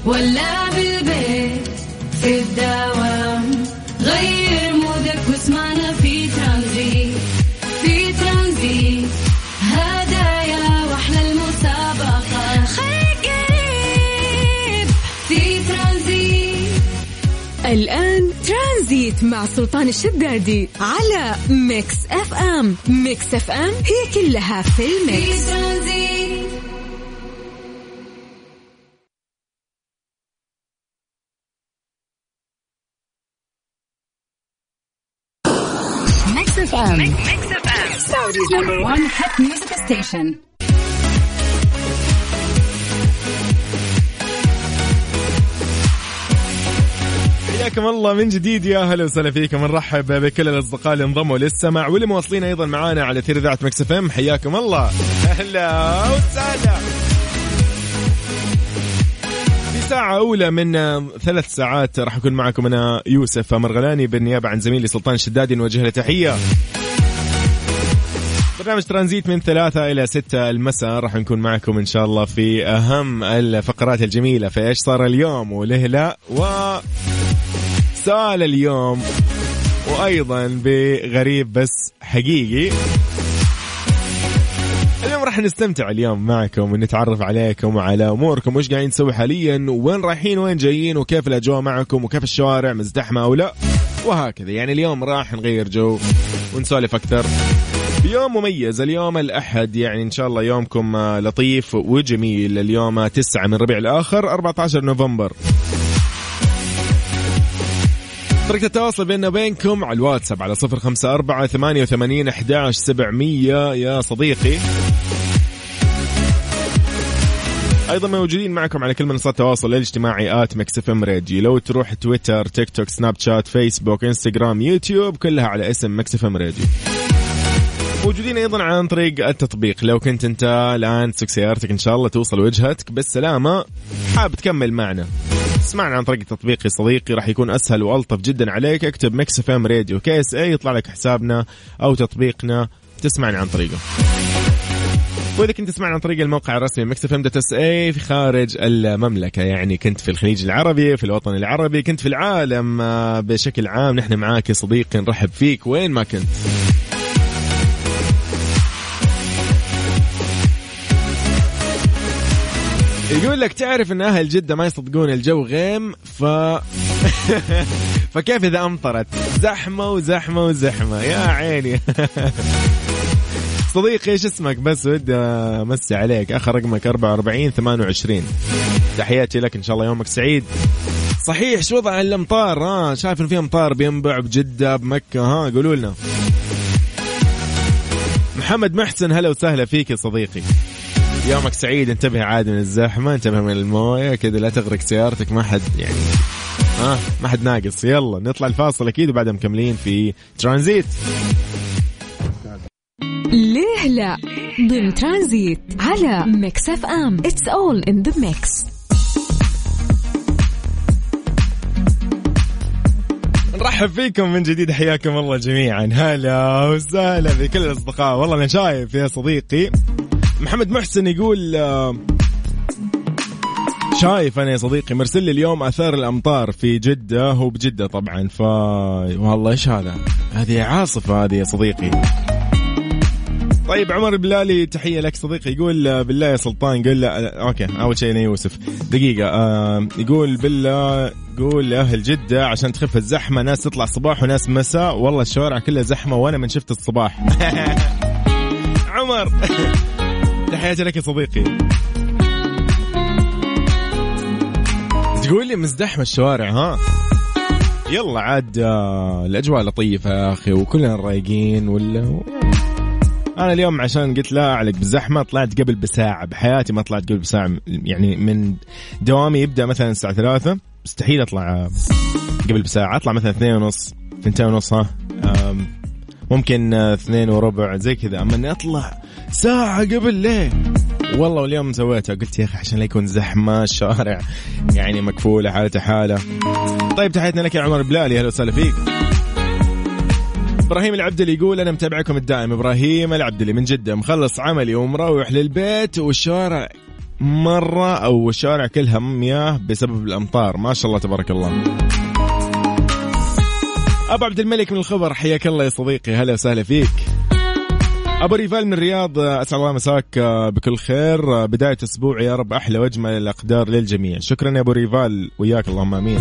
ولا بالبيت في الدوام، غير مودك واسمعنا في ترانزيت. في ترانزيت هدايا واحلى المسابقة، خليك قريب في ترانزيت. الآن ترانزيت مع سلطان الشدادي على ميكس اف ام. ميكس اف ام هي كلها في الميكس. ميكس اف ام Saudi's number one hit music station. حياكم الله من جديد، يا هلا وسهلا فيكم. نرحب بكل الأصدقاء اللي انضموا للسماع واللي مواصلين أيضا معانا على ثير إذاعة ميكس اف ام. حياكم الله، أهلا وسهلا. في ساعة أولى من 3 ساعات راح أكون معكم أنا يوسف مرغلاني بالنيابة عن زميلي سلطان الشدادي، نوجه له تحية. برنامج ترانزيت من 3 إلى 6 المساء راح نكون معكم إن شاء الله في أهم الفقرات الجميلة في إيش صار اليوم، ولهلا وسؤال اليوم، وأيضا بغريب بس حقيقي. اليوم راح نستمتع اليوم معكم ونتعرف عليكم وعلى أموركم، وش قاعدين نسوي حاليا، وين رايحين وين جايين، وكيف الأجواء معكم، وكيف الشوارع مزدحمة أو لا، وهكذا. يعني اليوم راح نغير جو ونسولف أكثر. يوم مميز اليوم الأحد، يعني إن شاء الله يومكم لطيف وجميل. اليوم 9 من ربيع الآخر 14 نوفمبر. طريقة التواصل بيننا وبينكم على الواتساب على 0548811700 يا صديقي. أيضا موجودين معكم على كل منصات التواصل الاجتماعي @mixfmradio. لو تروح تويتر، تيك توك، سناب شات، فيسبوك، انستغرام، يوتيوب، كلها على اسم mixfmradio. موجودين أيضا عن طريق التطبيق. لو كنت أنت الآن تسوق سيارتك إن شاء الله توصل وجهتك بالسلامة، حاب تكمل معنا، اسمعنا عن طريق التطبيق يا صديقي، راح يكون أسهل وألطف جدا عليك. اكتب ميكس اف ام راديو KSA يطلع لك حسابنا أو تطبيقنا تسمعني عن طريقه. وإذا كنت تسمعنا عن طريق الموقع الرسمي mixfm.sa في خارج المملكة، يعني كنت في الخليج العربي، في الوطن العربي، كنت في العالم بشكل عام، نحن معاك يا صديقي، نرحب فيك وين ما كنت. يقول لك تعرف ان اهل جدة ما يصدقون الجو غيم، فكيف اذا امطرت؟ زحمة وزحمة وزحمة يا عيني. صديقي ايش اسمك بس، ودي امسي عليك، اخر رقمك 4428. تحياتي لك، ان شاء الله يومك سعيد. صحيح، شو وضع الامطار؟ شايف ان في امطار بينبع بجدة بمكة، قولوا لنا. محمد محسن هلا وسهلا فيك يا صديقي، يومك سعيد. انتبه عاد من الزحمة، انتبه من الموية كذا، لا تغرق سيارتك، ما حد يعني ما حد ناقص. يلا نطلع الفاصل أكيد وبعدها مكملين في ترانزيت. ليه لا ضمن ترانزيت على ميكس اف ام. It's all in the mix. نرحب فيكم من جديد، حياكم الله جميعا، هلا وسهلا بكل الأصدقاء. والله أنا شايف يا صديقي محمد محسن يقول شايف أنا يا صديقي مرسل لي اليوم آثار الأمطار في جدة، هو بجدة طبعا، والله إيش هذه عاصفة هذه يا صديقي. طيب عمر بلالي تحية لك صديقي، يقول بالله يا سلطان، قل له أوكي أول شيء يوسف دقيقة، يقول بالله قول لأهل جدة عشان تخف الزحمة، ناس تطلع صباح وناس مساء، والله الشوارع كلها زحمة وأنا من شفت الصباح. عمر تحياتي لك يا صديقي. تقول لي مزدحمة الشوارع، يلا عاد الأجواء لطيفة يا أخي وكلنا رايقين. أنا اليوم عشان قلت لا أعلق بالزحمة طلعت قبل بساعة، بحياتي ما طلعت قبل بساعة، يعني من دوامي يبدأ مثلا الساعة 3 مستحيل أطلع قبل بساعة، أطلع مثلا 2:30 2:30 ممكن 2:15 زي كذا، أما أني أطلع ساعة قبل ليه؟ والله واليوم سويتها، قلت يا أخي عشان لا يكون زحمة الشوارع يعني مكفولة حالة حالة. طيب تحياتنا لك يا عمر بلالي، هلا وسهلا فيك. إبراهيم العبدلي يقول أنا متابعكم الدائم، إبراهيم العبدلي من جدة، مخلص عملي ومروح للبيت والشوارع مرة أو الشوارع كلها مياه بسبب الأمطار. ما شاء الله تبارك الله. أبو عبد الملك من الخبر، حياك الله يا صديقي، هلا وسهلا فيك. أبو ريفال من الرياض، أسعد الله مساك بكل خير، بداية أسبوع يا رب أحلى وأجمل الأقدار للجميع. شكرا يا أبو ريفال، وياك اللهم آمين.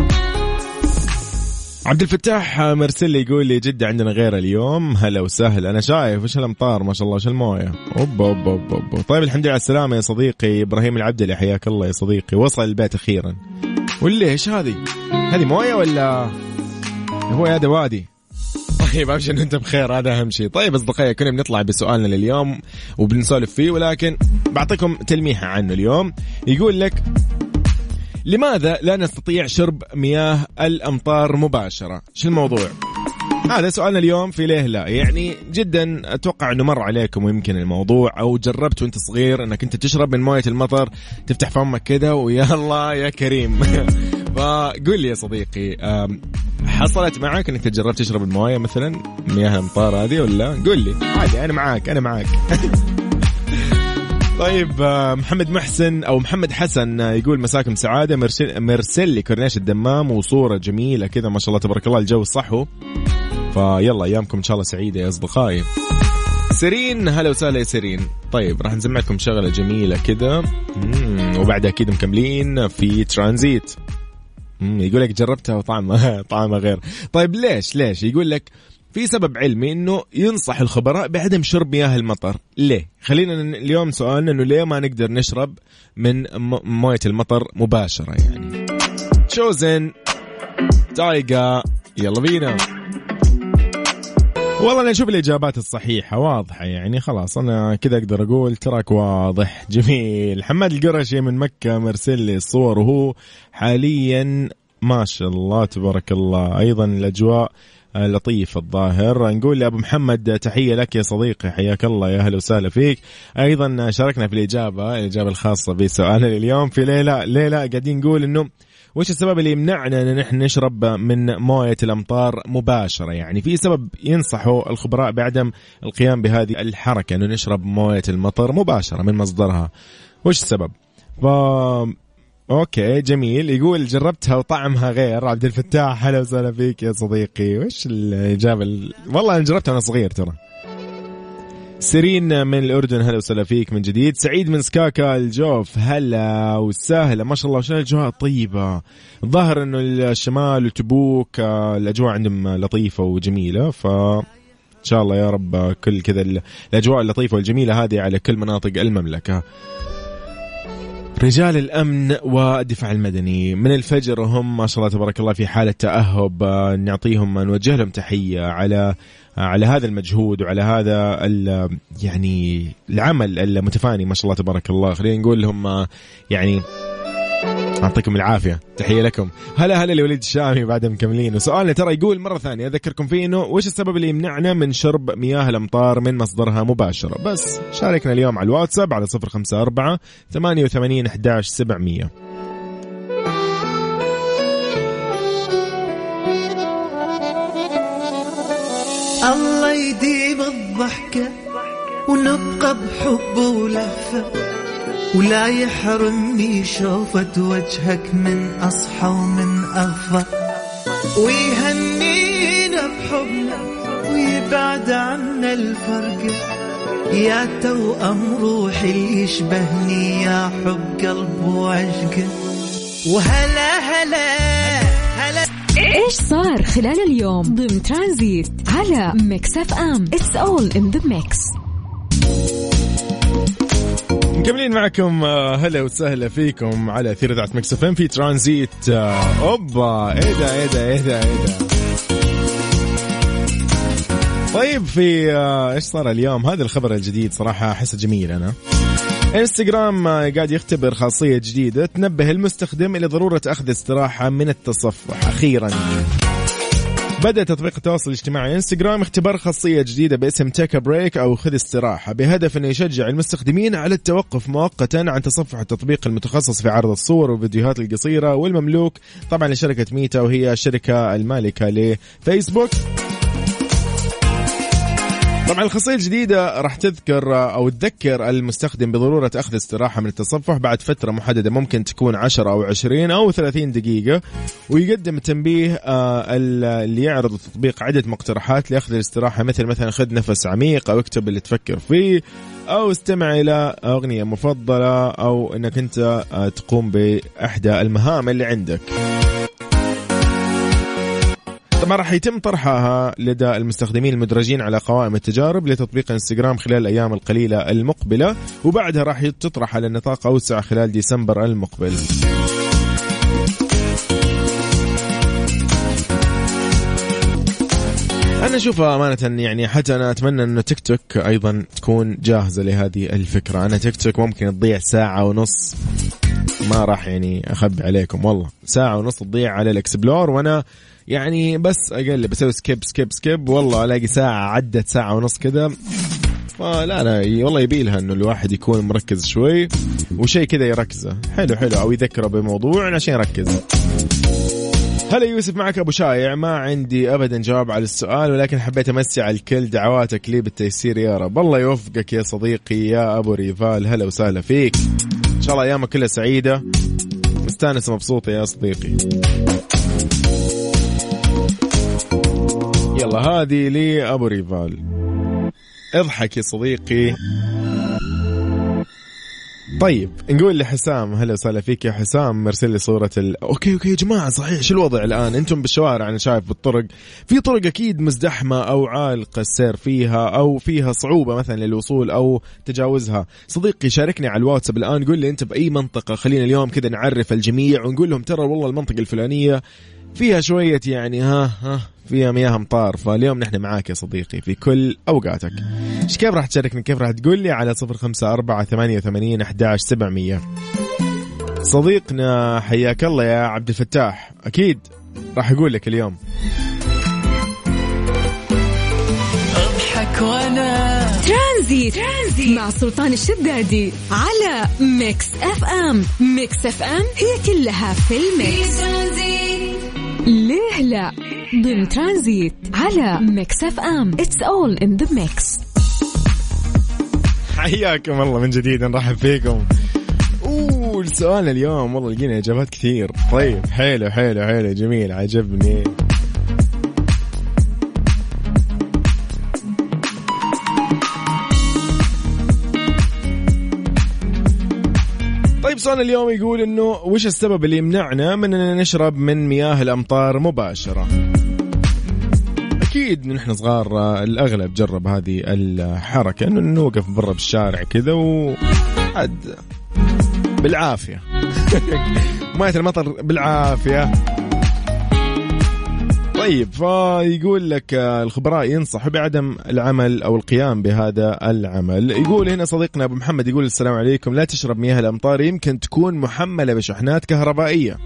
عبد الفتاح مرسل يقول لي جدة عندنا غير اليوم، هلا وسهلا. أنا شايف إيش الأمطار ما شاء الله، إيش الموية. أوب. طيب الحمد لله على السلامة يا صديقي. إبراهيم العبدلي حياك الله يا صديقي، وصل البيت أخيرا. واللي إيش هذه موية ولا هو يا دوادي؟ طيب أبشر أنت بخير، هذا أهم شيء. طيب أصدقائي كنا بنطلع بسؤالنا لليوم وبنسولف فيه، ولكن بعطيكم تلميحة عنه اليوم. يقول لك لماذا لا نستطيع شرب مياه الأمطار مباشرة؟ شو الموضوع؟ هذا سؤالنا اليوم في ليه لا. يعني جدا أتوقع أنه مر عليكم ويمكن الموضوع، أو جربت وانت صغير أنك أنت تشرب من موية المطر، تفتح فمك كده ويا الله يا كريم. فقول لي يا صديقي، حصلت معك أنك تجربت تشرب الموية مثلا مياه الأمطار هذه ولا؟ قول لي عادي، أنا معاك. طيب محمد محسن أو محمد حسن يقول مساكم سعادة، مرسل لي كورنيش الدمام وصورة جميلة كذا ما شاء الله تبارك الله، الجو صحو، فيلا أيامكم إن شاء الله سعيدة يا أصدقائي. سيرين هلا وسهلا يا سيرين. طيب راح نسمعكم شغلة جميلة كذا وبعدها أكيد مكملين في ترانزيت. يقول لك جربتها وطعمها غير. طيب ليش يقول لك في سبب علمي انه ينصح الخبراء بعدم شرب مياه المطر. ليه؟ خلينا اليوم سؤالنا انه ليه ما نقدر نشرب من موية المطر مباشرة. يعني تشوزن تايجا، يلا بينا. والله أنا أشوف الإجابات الصحيحة واضحة، يعني خلاص أنا كذا أقدر أقول تراك واضح. جميل. حماد القرشي من مكة مرسل لي الصور وهو حاليا ما شاء الله تبارك الله. أيضا الأجواء لطيف الظاهر. نقول لأبو محمد تحية لك يا صديقي، حياك الله يا أهلا وسهلا فيك. أيضا شاركنا في الإجابة الخاصة بسؤالنا اليوم في ليلة قاعدين نقول إنه وش السبب اللي يمنعنا أن نحن نشرب من موية الأمطار مباشرة. يعني في سبب ينصحوا الخبراء بعدم القيام بهذه الحركة أنه نشرب موية المطر مباشرة من مصدرها. وش السبب؟ أوكي جميل. يقول جربتها وطعمها غير. عبد الفتاح هلا وسهلا فيك يا صديقي. وش الإجابة والله أنا جربتها وأنا صغير ترى. سيرين من الأردن هلا وسهلا فيك من جديد. سعيد من سكاكا الجوف هلا وسهلا. ما شاء الله وش الأجواء طيبة. الظاهر إنه الشمال وتبوك الأجواء عندهم لطيفة وجميلة، فإن شاء الله يا رب كل كذا الأجواء اللطيفة والجميلة هذه على كل مناطق المملكة. رجال الأمن والدفاع المدني من الفجر هم ما شاء الله تبارك الله في حالة تأهب. نعطيهم نوجه لهم تحية على هذا المجهود وعلى هذا يعني العمل المتفاني ما شاء الله تبارك الله. خلينا نقول لهم يعني أعطيكم العافية، تحية لكم. هلا لوليد الشامي بعد مكملين. وسؤالنا ترى يقول مرة ثانية أذكركم فيه إنه وش السبب اللي يمنعنا من شرب مياه الأمطار من مصدرها مباشرة. بس شاركنا اليوم على الواتساب على 054-88-11-700. الله يديم الضحكة ونبقى بحب ولهفة، ولا يحرمني شوفة وجهك من أصحى ومن أغفى، ويهنينا بحبنا ويبعد عنا الفرقة، يا توأم روحي يشبهني يا حب قلب وعشقه. وهلا هلا هلا. إيش صار خلال اليوم ضمن ترانزيت على ميكس اف ام. It's all in the mix. مكملين معكم. هلا وسهلا فيكم على أثير إذاعة ميكس اف ام في ترانزيت. أوبا إيه ده. طيب في إيش صار اليوم؟ هذا الخبر الجديد صراحة أحسه جميل. أنا انستغرام قاعد يختبر خاصية جديدة تنبه المستخدم إلى ضرورة أخذ استراحة من التصفح. أخيرا بدأ تطبيق التواصل الاجتماعي انستغرام اختبار خاصية جديدة باسم تيك بريك أو خذ استراحة، بهدف أن يشجع المستخدمين على التوقف مؤقتا عن تصفح التطبيق المتخصص في عرض الصور والفيديوهات القصيرة والمملوك طبعا لشركة ميتا، وهي الشركة المالكة لفيسبوك. طبعا الخاصية الجديدة راح تذكر أو تذكر المستخدم بضرورة أخذ استراحة من التصفح بعد فترة محددة، ممكن تكون 10 أو 20 أو 30 دقيقة، ويقدم التنبيه اللي يعرض التطبيق عدة مقترحات لأخذ الاستراحة، مثلا خذ نفس عميق، أو اكتب اللي تفكر فيه، أو استمع إلى أغنية مفضلة، أو أنك أنت تقوم بإحدى المهام اللي عندك. طبعا راح يتم طرحها لدى المستخدمين المدرجين على قوائم التجارب لتطبيق انستغرام خلال الأيام القليلة المقبلة، وبعدها راح تطرح على نطاق أوسع خلال ديسمبر المقبل. أنا أشوفها أمانة يعني، حتى أنا أتمنى أنه تيك توك أيضا تكون جاهزة لهذه الفكرة. أنا تيك توك ممكن تضيع 1.5 ساعة، ما راح يعني أخبي عليكم والله، 1.5 ساعة تضيع على الإكسبلور، وأنا يعني بس أقلب بسوي سكيب والله ألاقي ساعة عدت 1.5 ساعة كذا. فلا والله يبيلها إنه الواحد يكون مركز شوي وشيء كذا يركزه، حلو أو يذكره بموضوع عشان يركز. هلا يوسف، معك أبو شايع. ما عندي أبدا جواب على السؤال، ولكن حبيت أمسي على الكل، دعواتك لي بالتيسير يا رب. الله يوفقك يا صديقي يا أبو ريفال، هلا وسهلا فيك، إن شاء الله أيامك كلها سعيدة، مستانس مبسوطة يا صديقي. يلا هذه لي أبو ريفال، اضحك يا صديقي. طيب نقول لحسام، هلا وسهلا فيك يا حسام، مرسل لي صورة اوكي يا جماعة، صحيح شو الوضع الآن؟ انتم بالشوارع، انا شايف بالطرق، في طرق اكيد مزدحمة او عالقة السير فيها، او فيها صعوبة مثلا للوصول او تجاوزها. صديقي شاركني على الواتساب الآن، قول لي انت بأي منطقة، خلينا اليوم كذا نعرف الجميع ونقول لهم ترى والله المنطقة الفلانية فيها شوية يعني فيها مياه امطار، فاليوم نحن معاك يا صديقي في كل اوقاتك. كيف راح تشاركني؟ كيف راح تقول لي؟ على 0548811700. صديقنا حياك الله يا عبد الفتاح، اكيد راح اقول لك اليوم. اضحك وانا ترانزيت مع سلطان الشدادي على ميكس اف ام. ميكس اف ام هي كلها في الميكس. ليه لا؟ ضمن ترانزيت على ميكس اف ام. It's all in the mix. حياكم الله من جديد، نرحب فيكم. السؤال اليوم والله لقينا إجابات كثير. طيب حلو جميل، عجبني. طيب سؤال اليوم يقول إنه وش السبب اللي يمنعنا من أن نشرب من مياه الأمطار مباشرة؟ أكيد نحن صغار الأغلب جرب هذه الحركة، إنه نوقف برا بالشارع كذا وعد بالعافية مياه المطر بالعافية. طيب فيقول لك الخبراء ينصحوا بعدم العمل أو القيام بهذا العمل. يقول هنا صديقنا أبو محمد، يقول السلام عليكم، لا تشرب مياه الأمطار، يمكن تكون محملة بشحنات كهربائية.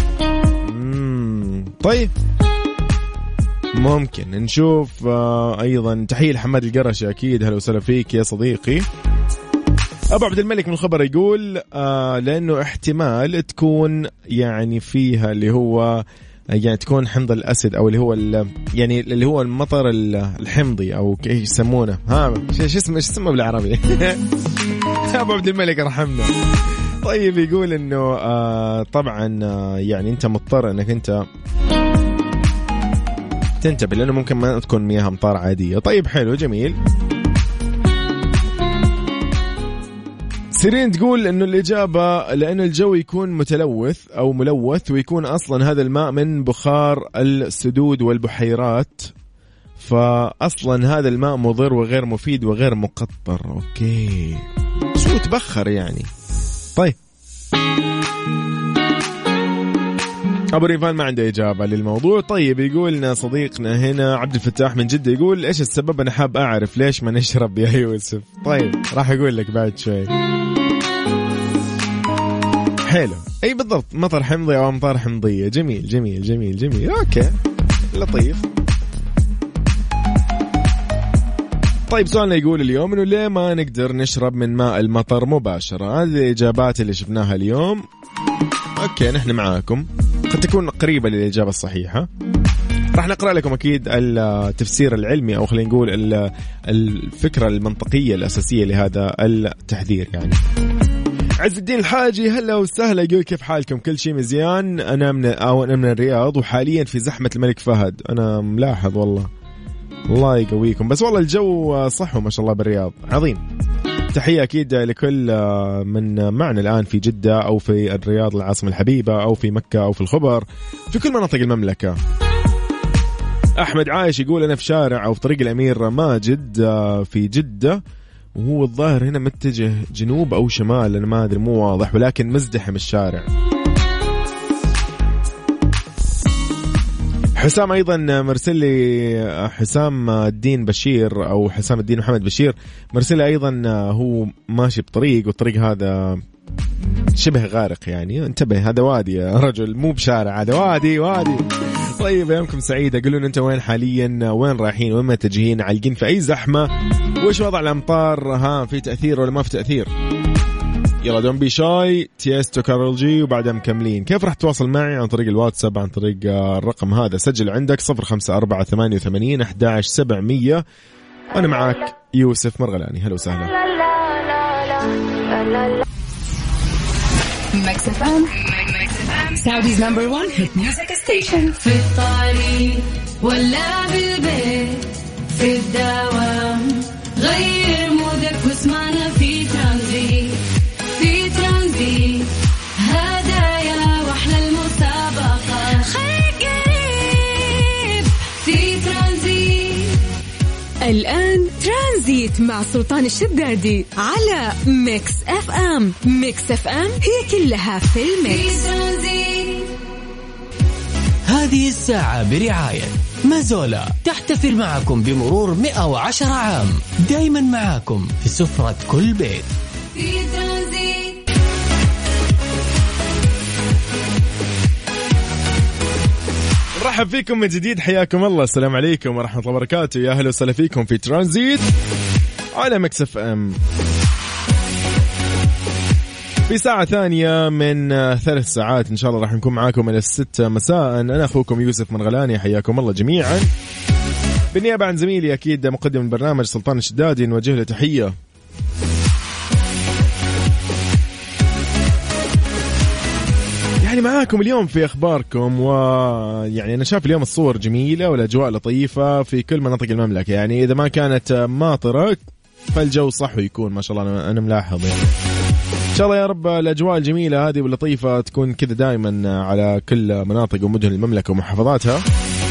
طيب ممكن نشوف. أيضا تحية لحماد القرشي، أكيد هلا وسهلا فيك يا صديقي. أبو عبد الملك من الخبر يقول لأنه احتمال تكون يعني فيها اللي هو يعني تكون حمض الأسد، أو اللي هو يعني اللي هو المطر الحمضي، أو كيف يسمونه، شو اسمه بالعربي أبو عبد الملك رحمنا. طيب يقول إنه طبعا يعني أنت مضطر إنك أنت تنتبه، لأنه ممكن ما تكون مياه أمطار عادية. طيب حلو جميل. سيرين تقول إنه الإجابة لأنه الجو يكون متلوث أو ملوث، ويكون أصلا هذا الماء من بخار السدود والبحيرات، فأصلا هذا الماء مضر وغير مفيد وغير مقطر. أوكي شو تبخر يعني. طيب أبو ريفان ما عنده إجابة للموضوع. طيب يقول لنا صديقنا هنا عبد الفتاح من جدة، يقول إيش السبب؟ أنا حاب أعرف ليش ما نشرب يا يوسف. طيب راح أقول لك بعد شوي. حلو، أي بالضبط، مطر حمضي أو أمطار حمضية. جميل جميل جميل جميل، أوكي لطيف. طيب سؤالنا يقول اليوم إنه ليه ما نقدر نشرب من ماء المطر مباشرة؟ هذه الإجابات اللي شفناها اليوم. أوكي نحن معاكم، قد تكون قريبة للإجابة الصحيحة. راح نقرأ لكم أكيد التفسير العلمي أو خلينا نقول الفكرة المنطقية الأساسية لهذا التحذير. يعني عز الدين الحاجي هلا وسهلا، يقول كيف حالكم؟ كل شيء مزيان. أنا من الرياض وحاليا في زحمة الملك فهد. أنا ملاحظ والله، الله يقويكم. بس والله الجو صح ما شاء الله بالرياض، عظيم. تحية أكيد لكل من معنا الآن في جدة أو في الرياض العاصمة الحبيبة أو في مكة أو في الخبر، في كل مناطق المملكة. أحمد عايش يقول أنا في شارع أو في طريق الأمير ماجد في جدة، وهو الظاهر هنا متجه جنوب أو شمال، أنا ما أدري مو واضح، ولكن مزدحم الشارع. حسام أيضا مرسل لي، حسام الدين بشير أو حسام الدين محمد بشير مرسل لي أيضا هو ماشي بطريق، والطريق هذا شبه غارق. يعني انتبه، هذا وادي يا رجل، مو بشارع، هذا وادي. طيب يومكم سعيدة. قولون أنت وين حاليا، وين رايحين، وين متجهين، عالقين في أي زحمة، وإيش وضع الأمطار، ها في تأثير ولا ما في تأثير؟ يلا دون بي شاي، تيستو كارول جي، وبعدها مكملين. كيف راح تواصل معي؟ عن طريق الواتساب، عن طريق الرقم هذا، سجل عندك 0548811700. وأنا معك يوسف مرغلاني. هلا وسهلا. Mix FM, Saudi's number one hit music station. في الطريق ولا بالبيت، في الدوام غير مودك واسمعنا في ترانزيت. في ترانزيت هدايا واحلى المسابقة، خليك قريب في ترانزيت. الآن ترانزيت مع سلطان الشدادي على ميكس اف ام. ميكس اف ام هي كلها في الميكس. هذه الساعة برعاية مازولا، تحتفل معكم بمرور 110 عام، دايما معاكم في سفرة كل بيت. مرحب فيكم من جديد، حياكم الله، السلام عليكم ورحمة الله وبركاته. يا أهلا وسهلا فيكم في ترانزيت على ميكس اف ام في ساعة ثانية من 3 ساعات إن شاء الله راح نكون معاكم إلى 6 مساء. أنا أخوكم يوسف مرغلاني، حياكم الله جميعا. بالنيابة عن زميلي أكيد مقدم البرنامج سلطان الشدادي، نوجه له تحية. يعني معاكم اليوم في أخباركم، ويعني أنا شايف اليوم الصور جميلة والأجواء لطيفة في كل مناطق المملكة. يعني إذا ما كانت ماطرة فالجو صح ويكون ما شاء الله، أنا ملاحظ يعني. إن شاء الله يا رب الأجواء الجميلة هذه واللطيفة تكون كذا دائما على كل مناطق ومدن المملكة ومحافظاتها.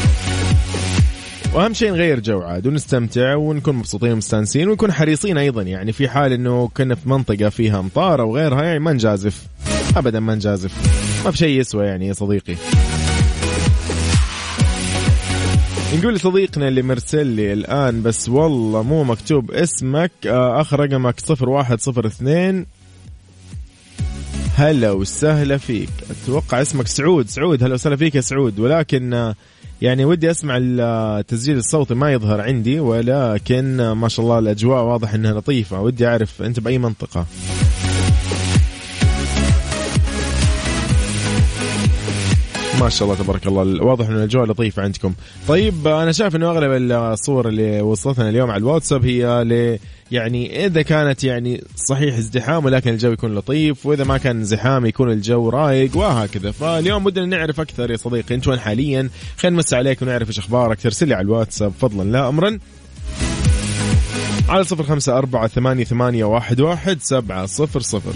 وأهم شيء نغير جو عاد ونستمتع ونكون مبسوطين ومستانسين ونكون حريصين أيضا. يعني في حال إنه كنا في منطقة فيها أمطار أو غيرها يعني ما نجازف أبدا، ما نجازف، ما في شيء يسوى يعني يا صديقي. نقول لصديقنا اللي مرسل لي الآن بس والله مو مكتوب اسمك، آخر رقمك 0102. هلا وسهلا فيك، أتوقع اسمك سعود. هلا وسهلا فيك يا سعود، ولكن يعني ودي أسمع التسجيل الصوتي ما يظهر عندي، ولكن ما شاء الله الأجواء واضح أنها لطيفة. ودي أعرف أنت بأي منطقة. ما شاء الله تبارك الله، واضح أن الأجواء لطيفة عندكم. طيب أنا شايف أنه أغلب الصور اللي وصلتنا اليوم على الواتساب هي يعني إذا كانت يعني صحيح ازدحام ولكن الجو يكون لطيف، وإذا ما كان زحام يكون الجو رايق وهكذا. فاليوم بدنا نعرف أكثر يا صديقي، أنت وين حاليا؟ خلينا نمسي عليك ونعرف إيش أخبارك. ترسل لي على الواتساب فضلا لا أمرا على 0548811700.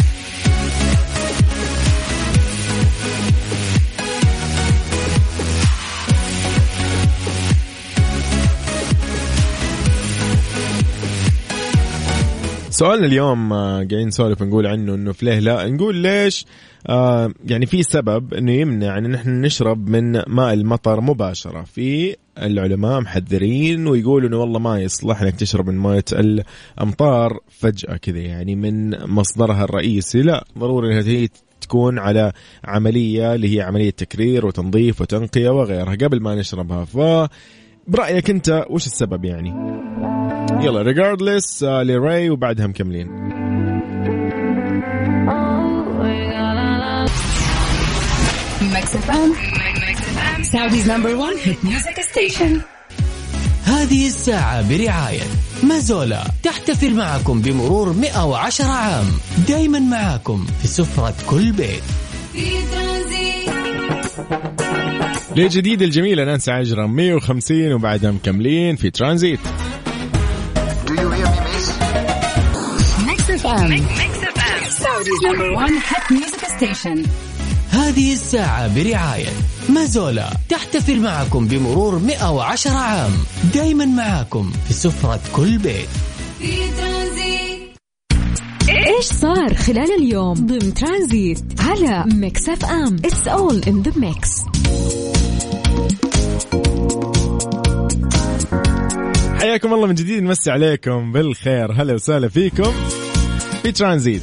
سؤالنا اليوم قاعدين نسولف نقول عنه انه فليه لا نقول ليش يعني في سبب انه يمنع ان نحن نشرب من ماء المطر مباشرة. في العلماء محذرين ويقولوا انه والله ما يصلح انك تشرب من مويه الامطار فجأة كذا يعني من مصدرها الرئيسي، لا ضروري انها هي تكون على عملية اللي هي عملية تكرير وتنظيف وتنقية وغيرها قبل ما نشربها. برأيك انت وش السبب يعني؟ يلا regardless لراي وبعدها مكملين. Mix FM Saudi's number one hit music station. هذه الساعة برعاية مازولا، تحتفل معكم بمرور 110 عام، دايما معكم في سفرة كل بيت. لجديد الجميلة نانسي عجرم 150 وبعدها مكملين في ترانزيت. Mix FM, Saudi's number one hit music station. هذه الساعة برعاية مازولا، تحتفل معكم بمرور 110 عام، دايما معكم في سفرة كل بيت. إيش صار خلال اليوم ضمن ترانزيت على ميكس اف ام. It's all in the mix. حياكم الله من جديد، نمسي عليكم بالخير، هلا وسهلا فيكم في ترانزيت.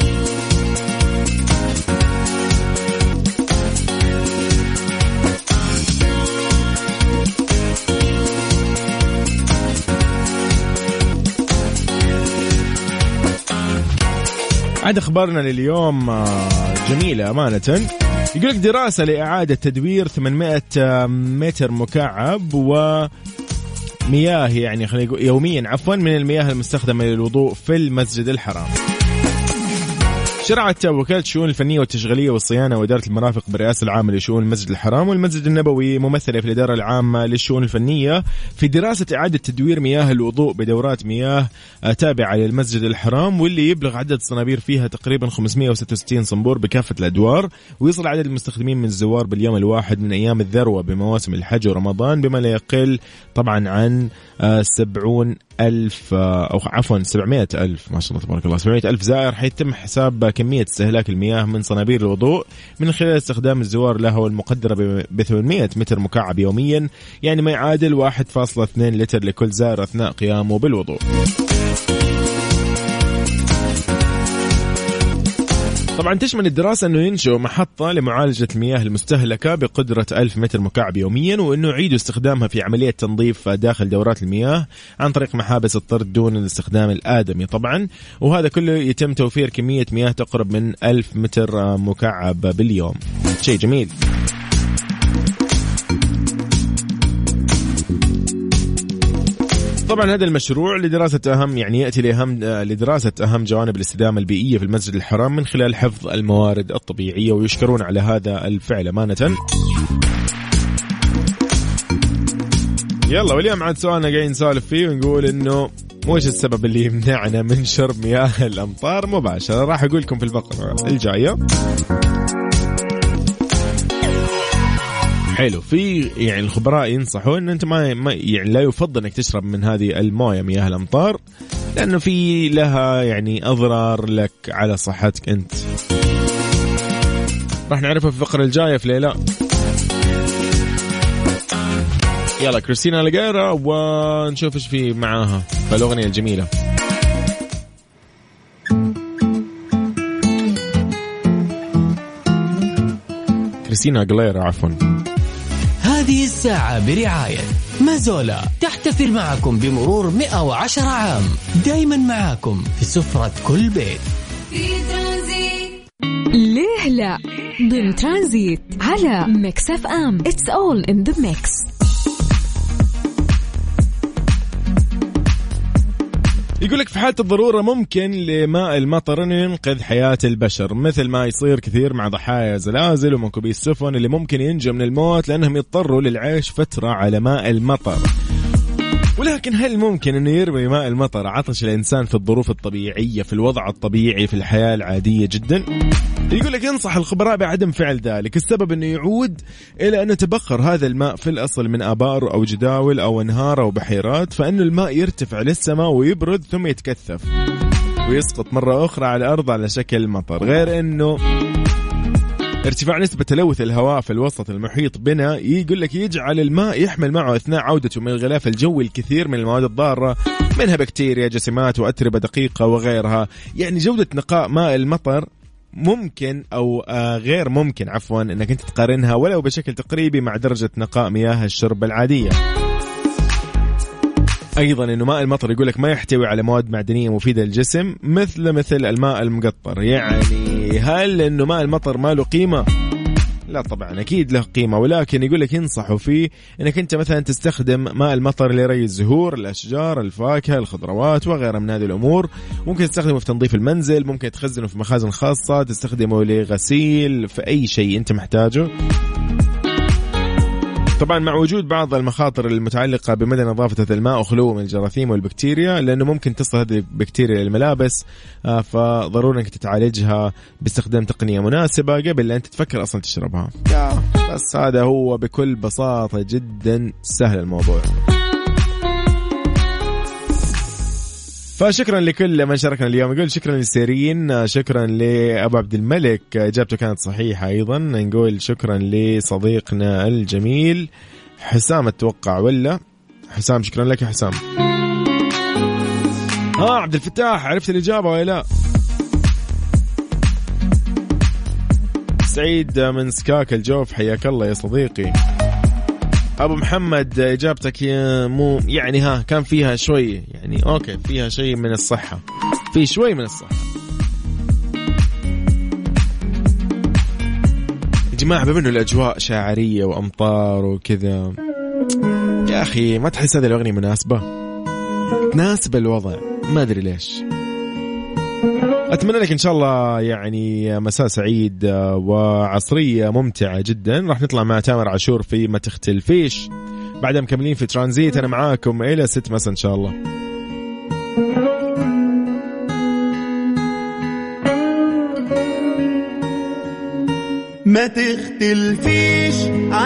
عاد أخبارنا لليوم جميلة أمانة. يقولك دراسة لإعادة تدوير 800 متر مكعب ومياه، يعني خلينا نقول يوميا عفوا، من المياه المستخدمة للوضوء في المسجد الحرام. شرعت وكالة الشؤون الفنية والتشغيلية والصيانة وإدارة المرافق بالرئاسة العامة لشؤون المسجد الحرام والمسجد النبوي ممثلة في الإدارة العامة للشؤون الفنية في دراسة إعادة تدوير مياه الوضوء بدورات مياه تابعة للمسجد الحرام، واللي يبلغ عدد الصنابير فيها تقريبا 566 صنبور بكافة الأدوار، ويصل عدد المستخدمين من الزوار باليوم الواحد من أيام الذروة بمواسم الحج ورمضان بما لا يقل طبعا عن 70,000 أو عفوا 700,000، ما شاء الله تبارك الله، 700,000 زائر، حيتم حساب كمية استهلاك المياه من صنابير الوضوء من خلال استخدام الزوار لها، والمقدرة ب 800 متر مكعب يوميا، يعني ما يعادل 1.2 لتر لكل زائر أثناء قيامه بالوضوء. طبعا تشمل الدراسة أنه ينشئوا محطة لمعالجة المياه المستهلكة بقدرة 1000 متر مكعب يوميا، وأنه يعيدوا استخدامها في عملية تنظيف داخل دورات المياه عن طريق محابس الطرد دون الاستخدام الآدمي طبعا، وهذا كله يتم توفير كمية مياه تقرب من 1000 متر مكعب باليوم. شيء جميل. طبعا هذا المشروع لدراسة يأتي لدراسة أهم جوانب الاستدامة البيئية في المسجد الحرام من خلال حفظ الموارد الطبيعية، ويشكرون على هذا الفعل أمانة. يلا واليوم عاد سؤالنا قاعدين نسولف فيه ونقول إنه وش السبب اللي يمنعنا من شرب مياه الأمطار مباشرة. راح أقول لكم في الفقرة الجاية. حلو. في يعني الخبراء ينصحوا ان انت ما يعني لا يفضل انك تشرب من هذه المويه مياه الامطار، لانه في لها يعني اضرار لك على صحتك انت. راح نعرفها في الفقره الجايه في ليلى. يلا كريستينا لقيرا ونشوف ايش في معاها في الاغنيه الجميله. كريستينا أغليرا عفوا. هذه الساعة برعاية مازولا، تحتفل معكم بمرور 110 عام، دايما معكم في سفرة كل بيت. ليه لا ضمن ترانزيت على ميكس اف ام. It's all in the mix. يقولك في حالة الضرورة ممكن لماء المطر أن ينقذ حياة البشر، مثل ما يصير كثير مع ضحايا زلازل ومنكوبي السفن اللي ممكن ينجوا من الموت لأنهم يضطروا للعيش فترة على ماء المطر. ولكن هل ممكن أنه يروي ماء المطر عطش الإنسان في الظروف الطبيعية في الوضع الطبيعي في الحياة العادية جدا؟ يقولك ينصح الخبراء بعدم فعل ذلك. السبب أنه يعود إلى أن تبخر هذا الماء في الأصل من آبار أو جداول أو أنهار أو بحيرات، فإنه الماء يرتفع للسماء ويبرد ثم يتكثف ويسقط مرة أخرى على الأرض على شكل مطر. غير أنه ارتفاع نسبة تلوث الهواء في الوسط المحيط بنا يقول لك يجعل الماء يحمل معه أثناء عودته من الغلاف الجوي الكثير من المواد الضارة، منها بكتيريا، جسيمات وأتربة دقيقة وغيرها. يعني جودة نقاء ماء المطر ممكن أو غير ممكن عفوا أنك أنت تقارنها ولو بشكل تقريبي مع درجة نقاء مياه الشرب العادية. أيضا أنه ماء المطر يقولك ما يحتوي على مواد معدنية مفيدة للجسم مثل الماء المقطر. يعني هل أنه ماء المطر ما له قيمة؟ لا طبعا أكيد له قيمة، ولكن يقول لك ينصحوا فيه أنك أنت مثلا تستخدم ماء المطر لري الزهور، الأشجار، الفاكهة، الخضروات وغيرها من هذه الأمور. ممكن تستخدمه في تنظيف المنزل، ممكن تخزنه في مخازن خاصة، تستخدمه لغسيل، في أي شيء أنت محتاجه. طبعا مع وجود بعض المخاطر المتعلقة بمدى نظافة الماء وخلوه من الجراثيم والبكتيريا، لأنه ممكن تصل هذه البكتيريا للملابس، فضروري أنك تعالجها باستخدام تقنية مناسبة قبل أن تفكر أصلا تشربها. بس هذا هو بكل بساطة، جدا سهل الموضوع. فشكرا لكل من شاركنا اليوم. يقول شكرا لسيرين، شكرا لأبو عبد الملك، إجابته كانت صحيحة أيضا. نقول شكرا لصديقنا الجميل حسام، أتوقع ولا حسام؟ شكرا لك يا حسام. عبد الفتاح، عرفت الإجابة ولا لا؟ سعيد من سكاك الجوف، حياك الله يا صديقي. أبو محمد، إجابتك مو يعني كان فيها شوي يعني أوكي، فيها شيء من الصحة، في شوي من الصحة. يا جماعة بما إنه الأجواء شاعرية وأمطار وكذا، يا أخي ما تحس هذه الأغنية مناسبة؟ تناسب الوضع، ما أدري ليش. أتمنى لك إن شاء الله يعني مساء سعيد وعصرية ممتعة جدا. راح نطلع مع تامر عاشور في ما تختلفيش، بعدها مكملين في ترانزيت. أنا معاكم إلى 6 مساء إن شاء الله. ما تختلفيش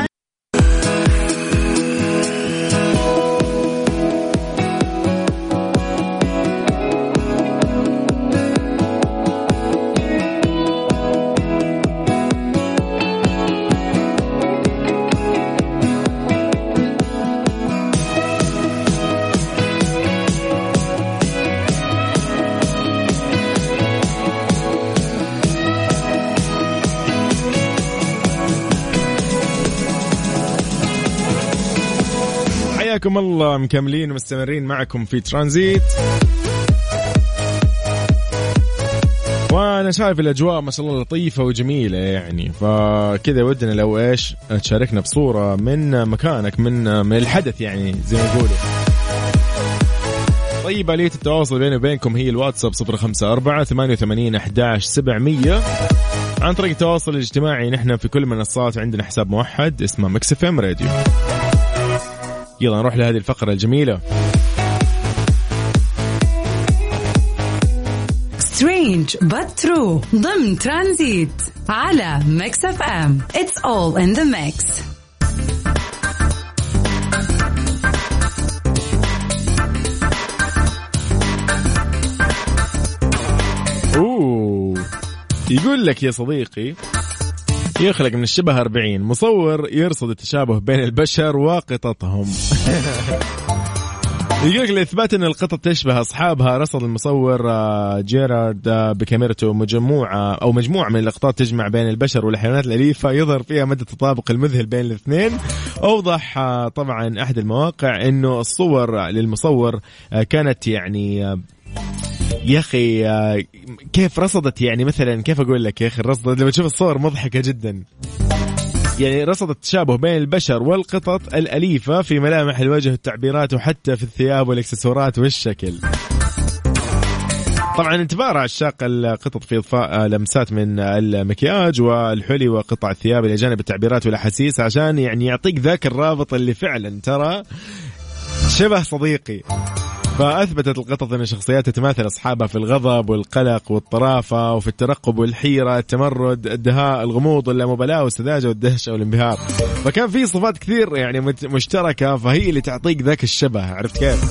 حياكم الله، مكملين ومستمرين معكم في ترانزيت. وانا شايف الاجواء ما شاء الله لطيفه وجميله يعني، فكذا ودنا لو ايش تشاركنا بصوره من مكانك من الحدث يعني زي ما يقولوا. طيب آلية التواصل بيني وبينكم هي الواتساب 0548811700. عن طريق التواصل الاجتماعي نحن في كل المنصات عندنا حساب موحد اسمه ميكس اف ام راديو. يلا نروح لهذه الفقرة الجميلة. Strange but true ضمن ترانزيت على ميكس اف ام. It's all in the mix. يقول لك يا صديقي، يخلق من الشبه 40 مصور يرصد التشابه بين البشر وقططهم. يقول لك لإثبات أن القطط تشبه أصحابها، رصد المصور جيرارد بكاميرته مجموعة من اللقطات تجمع بين البشر والحيوانات الأليفة يظهر فيها مدى التطابق المذهل بين الاثنين. أوضح طبعا أحد المواقع أنه الصور للمصور كانت يعني يا أخي كيف رصدت يعني مثلا كيف أقول لك يا أخي الرصد لما تشوف الصور مضحكة جدا. يعني رصدت التشابه بين البشر والقطط الأليفة في ملامح الوجه والتعبيرات وحتى في الثياب والإكسسوارات والشكل. طبعا انتبار عشاق القطط في إضفاء لمسات من المكياج والحلي وقطع الثياب إلى جانب التعبيرات والأحاسيس عشان يعني يعطيك ذاك الرابط اللي فعلا ترى شبه صديقي. فأثبتت القطط أن شخصياتها تماثل أصحابها في الغضب والقلق والطرافة وفي الترقب والحيرة، التمرد، الدهاء، الغموض، اللامبالاة والسذاجة والدهشة والانبهار. فكان في صفات كثير يعني مشتركة، فهي اللي تعطيك ذاك الشبه. عرفت كيف؟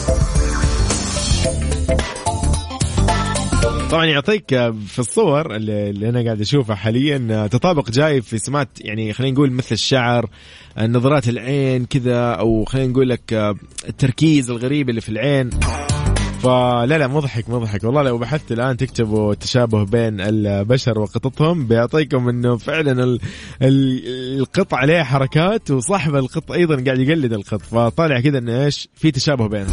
طبعا يعطيك في الصور اللي أنا قاعد أشوفها حاليا تطابق جاي في سمات يعني خلينا نقول مثل الشعر، نظرات العين كذا، أو خلينا نقول لك التركيز الغريب اللي في العين. فلا مضحك والله. لو بحثت الآن تكتبوا التشابه بين البشر وقططهم بيعطيكم إنه فعلا القط عليه حركات وصاحب القط أيضا قاعد يقلد القط، فطالع كذا إنه إيش في تشابه بينهم.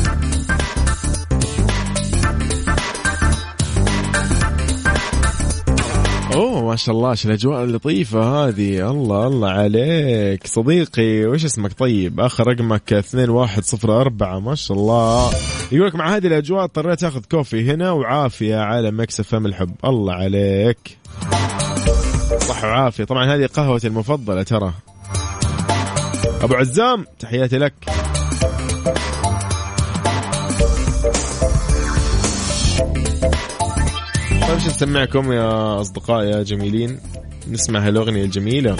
اوه ما شاء الله، شو الاجواء اللطيفه هذه. الله الله عليك صديقي. وش اسمك طيب؟ اخر رقمك 2104. ما شاء الله. يقولك مع هذه الاجواء اضطريت اخذ كوفي هنا وعافيه على ميكس اف ام الحب. الله عليك، صح وعافيه. طبعا هذه قهوتي المفضله ترى. ابو عزام تحياتي لك. طيب شو نسمعكم يا أصدقائي يا جميلين؟ نسمع هالأغنية الجميلة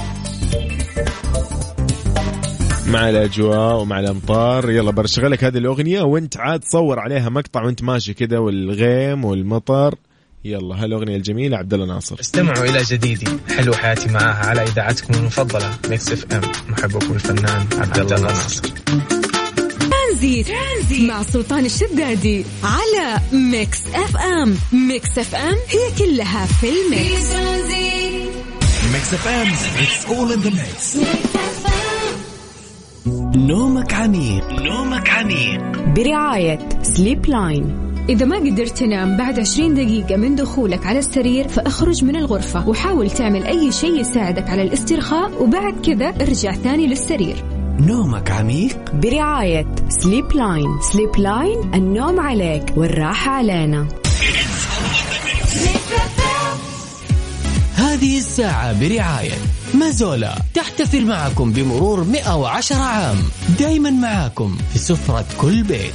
مع الأجواء ومع الأمطار. يلا برشغلك هذه الأغنية وانت عاد تصور عليها مقطع وانت ماشي كده والغيم والمطر. يلا هالأغنية الجميلة عبد الله ناصر. استمعوا إلى جديدي حلو حياتي معاها على إذاعتكم المفضلة ميكس اف ام. محبكم الفنان عبد الله ناصر. ترانزيت مع سلطان الشدادي على ميكس اف ام. ميكس اف ام هي كلها في الميكس. ميكس اف ام it's all in the mix. نومك عميق. نومك عميق برعاية سليب لاين. إذا ما قدرت تنام بعد 20 دقيقة من دخولك على السرير فاخرج من الغرفة وحاول تعمل أي شيء يساعدك على الاسترخاء، وبعد كذا ارجع ثاني للسرير. نومك عميق برعاية سليب لاين. سليب لاين، النوم عليك والراحة علينا. هذه الساعة برعاية مازولا، تحتفل معكم بمرور 110 عام، دايما معكم في سفرة كل بيت.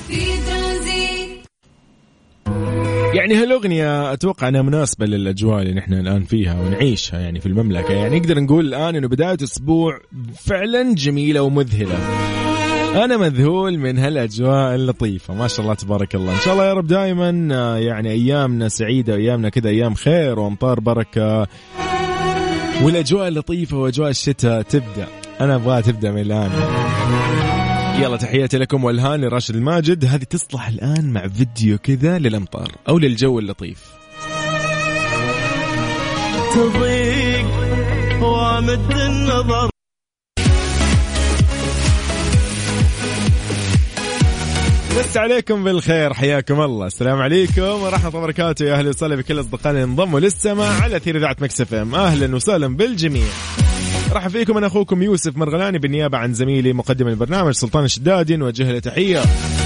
يعني هالأغنية أتوقع أنها مناسبة للأجواء اللي نحن الآن فيها ونعيشها يعني في المملكة. يعني نقدر نقول الآن أنه بداية أسبوع فعلا جميلة ومذهلة. أنا مذهول من هالأجواء اللطيفة ما شاء الله تبارك الله. إن شاء الله يا رب دائما يعني أيامنا سعيدة وأيامنا كده أيام خير وأمطار بركة والأجواء اللطيفة وأجواء الشتاء تبدأ. أنا أبغاها تبدأ من الآن. يلا تحياتي لكم والهان لراشد الماجد. هذه تصلح الآن مع فيديو كذا للأمطار أو للجو اللطيف. تضيق وامد النظر. بس عليكم بالخير، حياكم الله. السلام عليكم ورحمة الله وبركاته. يا أهلا وسهلا بكل أصدقائنا اللي انضموا للسماع على أثير إذاعة ميكس اف ام. أهلا وسهلا بالجميع. رحب فيكم. أنا أخوكم يوسف مرغلاني بالنيابة عن زميلي مقدم البرنامج سلطان الشدادي، نوجه له تحية.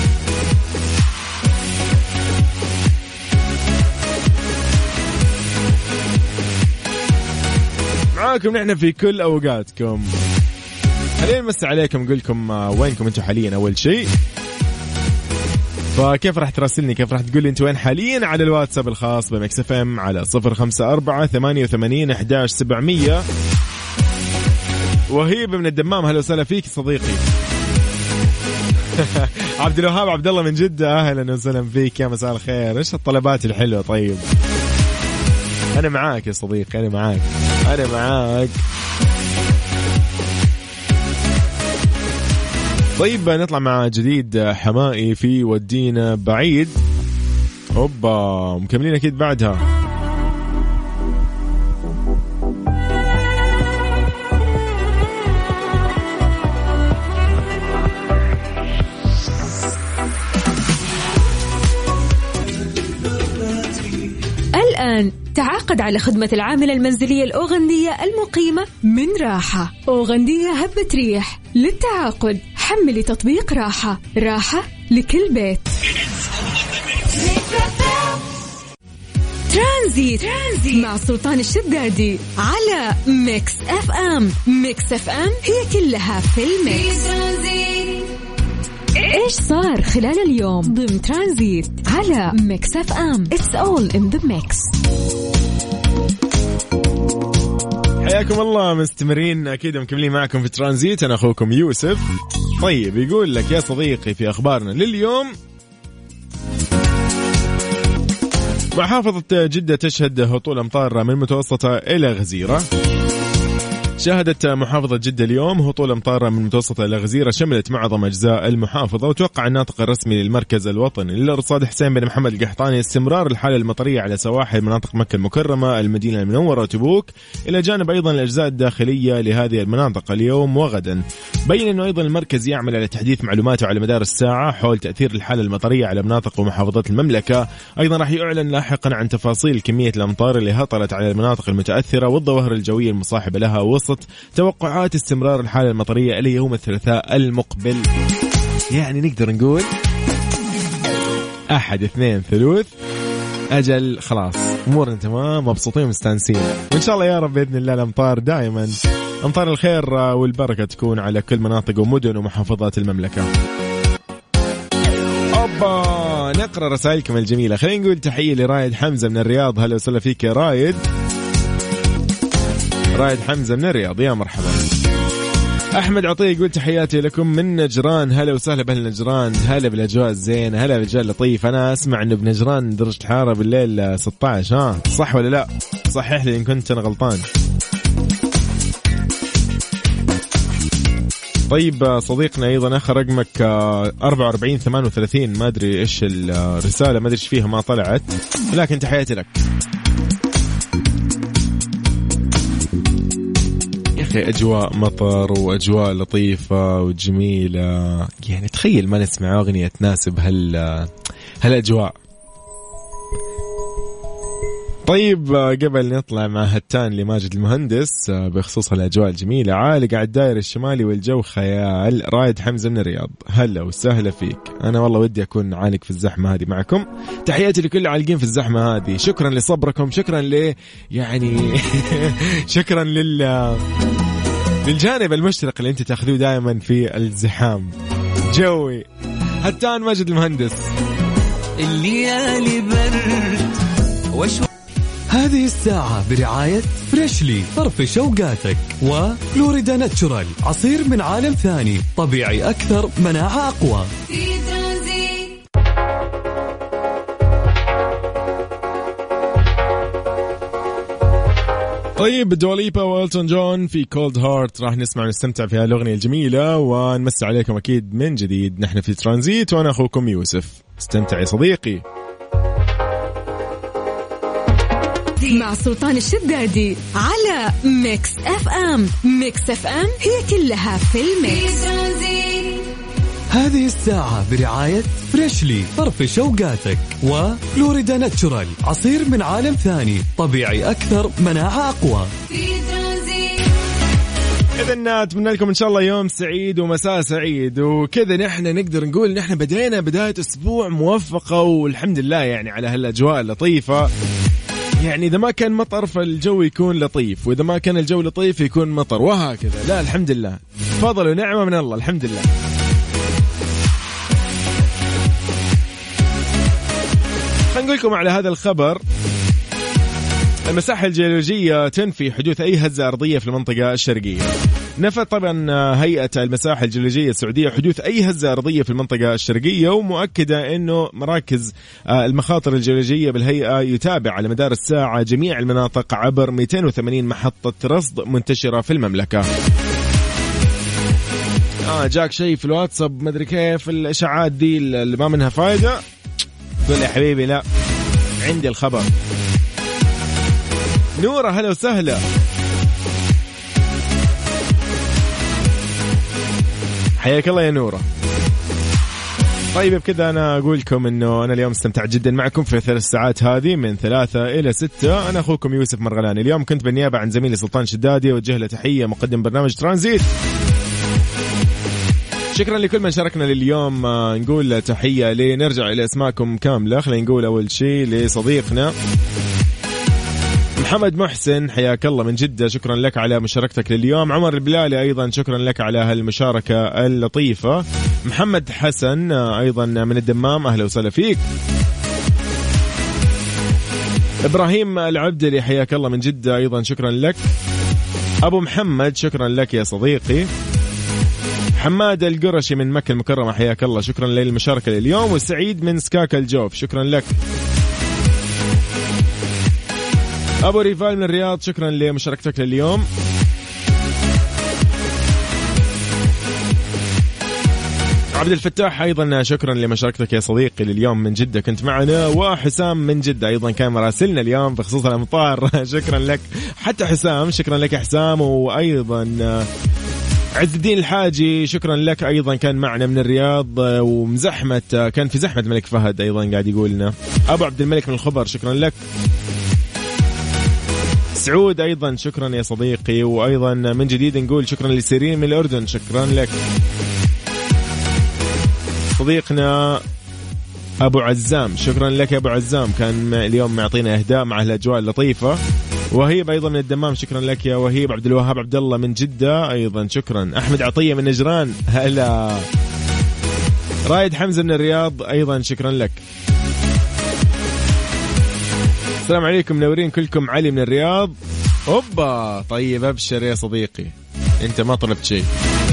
معاكم نحن في كل أوقاتكم. خلينا نمس عليكم نقول لكم وينكم أنتم حاليا أول شيء. فكيف راح تراسلني، كيف راح تقول لي أنت وين حاليا على الواتساب الخاص بميكس اف ام على 0548811700. وهيب من الدمام هلا وسهلا فيك صديقي. عبد الوهاب عبد الله من جدة أهلا وسهلا فيك يا مساء الخير. إيش الطلبات الحلوة؟ طيب أنا معاك يا صديقي، أنا معاك أنا معاك. طيب نطلع مع جديد حمائي في ودينا بعيد. أوبا مكملين أكيد بعدها. الآن تعاقد على خدمة العاملة المنزلية الأوغندية المقيمة من راحة. أوغندية هبة ريح. للتعاقد حملي تطبيق راحة. راحة لكل بيت. ترانزيت مع سلطان الشدادي على ميكس اف ام. ميكس اف ام هي كلها في الميكس. ايش صار خلال اليوم ضمن ترانزيت على ميكس اف ام. It's all in the mix. حياكم الله. مستمرين أكيد مكملين معكم في ترانزيت. أنا أخوكم يوسف. طيب يقول لك يا صديقي في أخبارنا لليوم، محافظة جدة تشهد هطول أمطار من متوسطة إلى غزيرة. شهدت محافظة جدة اليوم هطول أمطار من متوسطة إلى غزيرة شملت معظم أجزاء المحافظة. وتوقع الناطق الرسمي للمركز الوطني للأرصاد حسين بن محمد القحطاني استمرار الحالة المطرية على سواحل مناطق مكة المكرمة، المدينة المنورة وتبوك، إلى جانب أيضا الأجزاء الداخلية لهذه المناطق اليوم وغدا. بين أنه أيضا المركز يعمل على تحديث معلوماته على مدار الساعة حول تأثير الحالة المطرية على مناطق ومحافظات المملكة. أيضا راح يعلن لاحقا عن تفاصيل كمية الأمطار اللي هطلت على المناطق المتأثرة والظواهر الجوية المصاحبة لها وسط توقعات استمرار الحالة المطرية إلى يوم الثلاثاء المقبل. يعني نقدر نقول 1 2 3 أجل خلاص أمورنا تمام مبسوطين مستانسين، وإن شاء الله يا رب بإذن الله الأمطار دائما أمطار الخير والبركة تكون على كل مناطق ومدن ومحافظات المملكة. أوبا نقرأ رسائلكم الجميلة. خلينا نقول تحية لرايد حمزة من الرياض. هلا وسهلا فيك يا رايد حمزة من الرياض، يا مرحبا. أحمد عطية يقول تحياتي لكم من نجران. هلا وسهلا بأهل نجران، هلا بالأجواء الزينة، هلا بالأجواء اللطيف. أنا أسمع إنه بنجران درجة الحرارة بالليل 16، ها صح ولا لا؟ صحح لي إن كنت أنا غلطان. طيب صديقنا أيضا آخر رقمك 4438، ما أدري إيش الرسالة، ما أدري إيش فيها ما طلعت، لكن تحياتي لك يا أخي. أجواء مطر وأجواء لطيفة وجميلة، يعني تخيل ما نسمع أغنية تناسب هالأجواء. طيب قبل نطلع مع هتان لماجد المهندس بخصوص الأجواء الجميلة، عالق على الدائرة الشمالي والجو خيال. رايد حمزة من الرياض، هلا وسهلا فيك. أنا والله ودي أكون عالق في الزحمة هذه معكم. تحياتي لكل عالقين في الزحمة هذه، شكرا لصبركم، شكرا يعني شكرا للجانب المشرق اللي أنت تأخذوه دائما في الزحام. جوي هتان ماجد المهندس. الليالي برد هذه الساعة برعاية فريشلي، طرف اوقاتك، وفلوريدا ناتشورال، عصير من عالم ثاني، طبيعي أكثر، مناعة أقوى. طيب دواليبا والتون جون في كولد هارت راح نسمع ونستمتع في هالأغنية الجميلة، ونمسي عليكم أكيد من جديد. نحن في ترانزيت وأنا أخوكم يوسف. استمتع يا صديقي مع سلطان الشدادي على ميكس اف ام. ميكس اف ام هي كلها في الميكس. هذه الساعة برعاية فريشلي، طرف اوقاتك، وفلوريدا ناتشورال، عصير من عالم ثاني، طبيعي أكثر، مناعة أقوى. إذن أتمنى لكم إن شاء الله يوم سعيد ومساء سعيد، وكذا نحن نقدر نقول نحن بدينا بداية أسبوع موفقة والحمد لله، يعني على هالأجواء اللطيفة. يعني إذا ما كان مطر فالجو يكون لطيف، وإذا ما كان الجو لطيف يكون مطر، وهكذا. لا الحمد لله، فضل ونعمة من الله، الحمد لله. خلينا نقول لكم على هذا الخبر. المساحة الجيولوجية تنفي حدوث أي هزة أرضية في المنطقة الشرقية. نفت طبعا هيئة المساحة الجيولوجية السعودية حدوث أي هزة أرضية في المنطقة الشرقية، ومؤكدة أنه مراكز المخاطر الجيولوجية بالهيئة يتابع على مدار الساعة جميع المناطق عبر 280 محطة رصد منتشرة في المملكة. جاك شيء في الواتساب مدري كيف الإشاعات دي اللي ما منها فايدة، قول يا حبيبي لا عندي الخبر. نورة هلا وسهلا، حياك الله يا نورة. طيب بكذا أنا أقول لكم أنه أنا اليوم استمتعت جدا معكم في 3 ساعات هذه من 3 إلى 6. أنا أخوكم يوسف مرغلاني. اليوم كنت بالنيابة عن زميلي سلطان شدادي، وجه له تحية مقدم برنامج ترانزيت. شكرا لكل من شاركنا لليوم. نقول تحية نرجع إلى اسماءكم كاملة. خلينا نقول أول شيء لصديقنا محمد محسن، حياك الله من جدة، شكرا لك على مشاركتك لليوم. عمر البلالي أيضا شكرا لك على هالمشاركة اللطيفة. محمد حسن أيضا من الدمام، أهلا وسهلا فيك. إبراهيم العبدلي حياك الله من جدة أيضا شكرا لك. أبو محمد شكرا لك يا صديقي. حماد القرشي من مكة المكرمة حياك الله، شكرا للمشاركة لليوم. وسعيد من سكاك الجوف شكرا لك. أبو ريفال من الرياض شكرا لمشاركتك لليوم. عبد الفتاح أيضا شكرا لمشاركتك يا صديقي لليوم من جدة كنت معنا. وحسام من جدة أيضا كان مراسلنا اليوم بخصوص الأمطار شكرا لك حتى حسام، شكرا لك يا حسام. وأيضا عز الدين الحاجي شكرا لك أيضا، كان معنا من الرياض ومزحمة، كان في زحمة الملك فهد أيضا قاعد يقول لنا. أبو عبد الملك من الخبر شكرا لك. سعود أيضا شكرا يا صديقي، وأيضا من جديد نقول شكرا لسيرين من الأردن شكرا لك. صديقنا أبو عزام شكرا لك يا أبو عزام، كان اليوم معطينا إهداء مع الأجواء اللطيفة. وهيب أيضا من الدمام شكرا لك يا وهيب. عبد الوهاب عبد الله من جدة أيضا شكرا. أحمد عطية من نجران هلا. رايد حمزة من الرياض أيضا شكرا لك. السلام عليكم منورين كلكم. علي من الرياض. أوبا طيب أبشر يا صديقي، أنت ما طلبت شيء.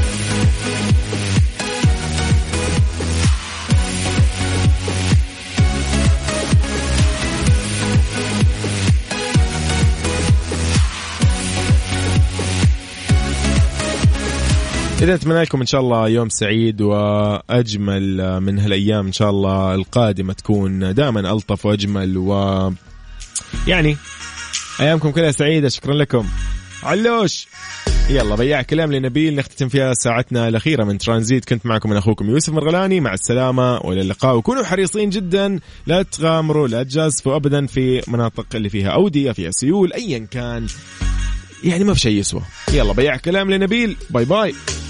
إذا أتمنى لكم إن شاء الله يوم سعيد وأجمل من هالأيام، إن شاء الله القادمة تكون دائما ألطف وأجمل، ويعني أيامكم كلها سعيدة. شكرا لكم علوش. يلا بياع كلام لنبيل نختتم فيها ساعتنا الأخيرة من ترانزيت. كنت معكم من أخوكم يوسف مرغلاني، مع السلامة وإلى اللقاء. وكونوا حريصين جدا، لا تغامروا لا تجازفوا أبدا في مناطق اللي فيها أودية فيها سيول أيا كان، يعني ما في شيء يسوى. يلا بياع كلام لنبيل، باي باي.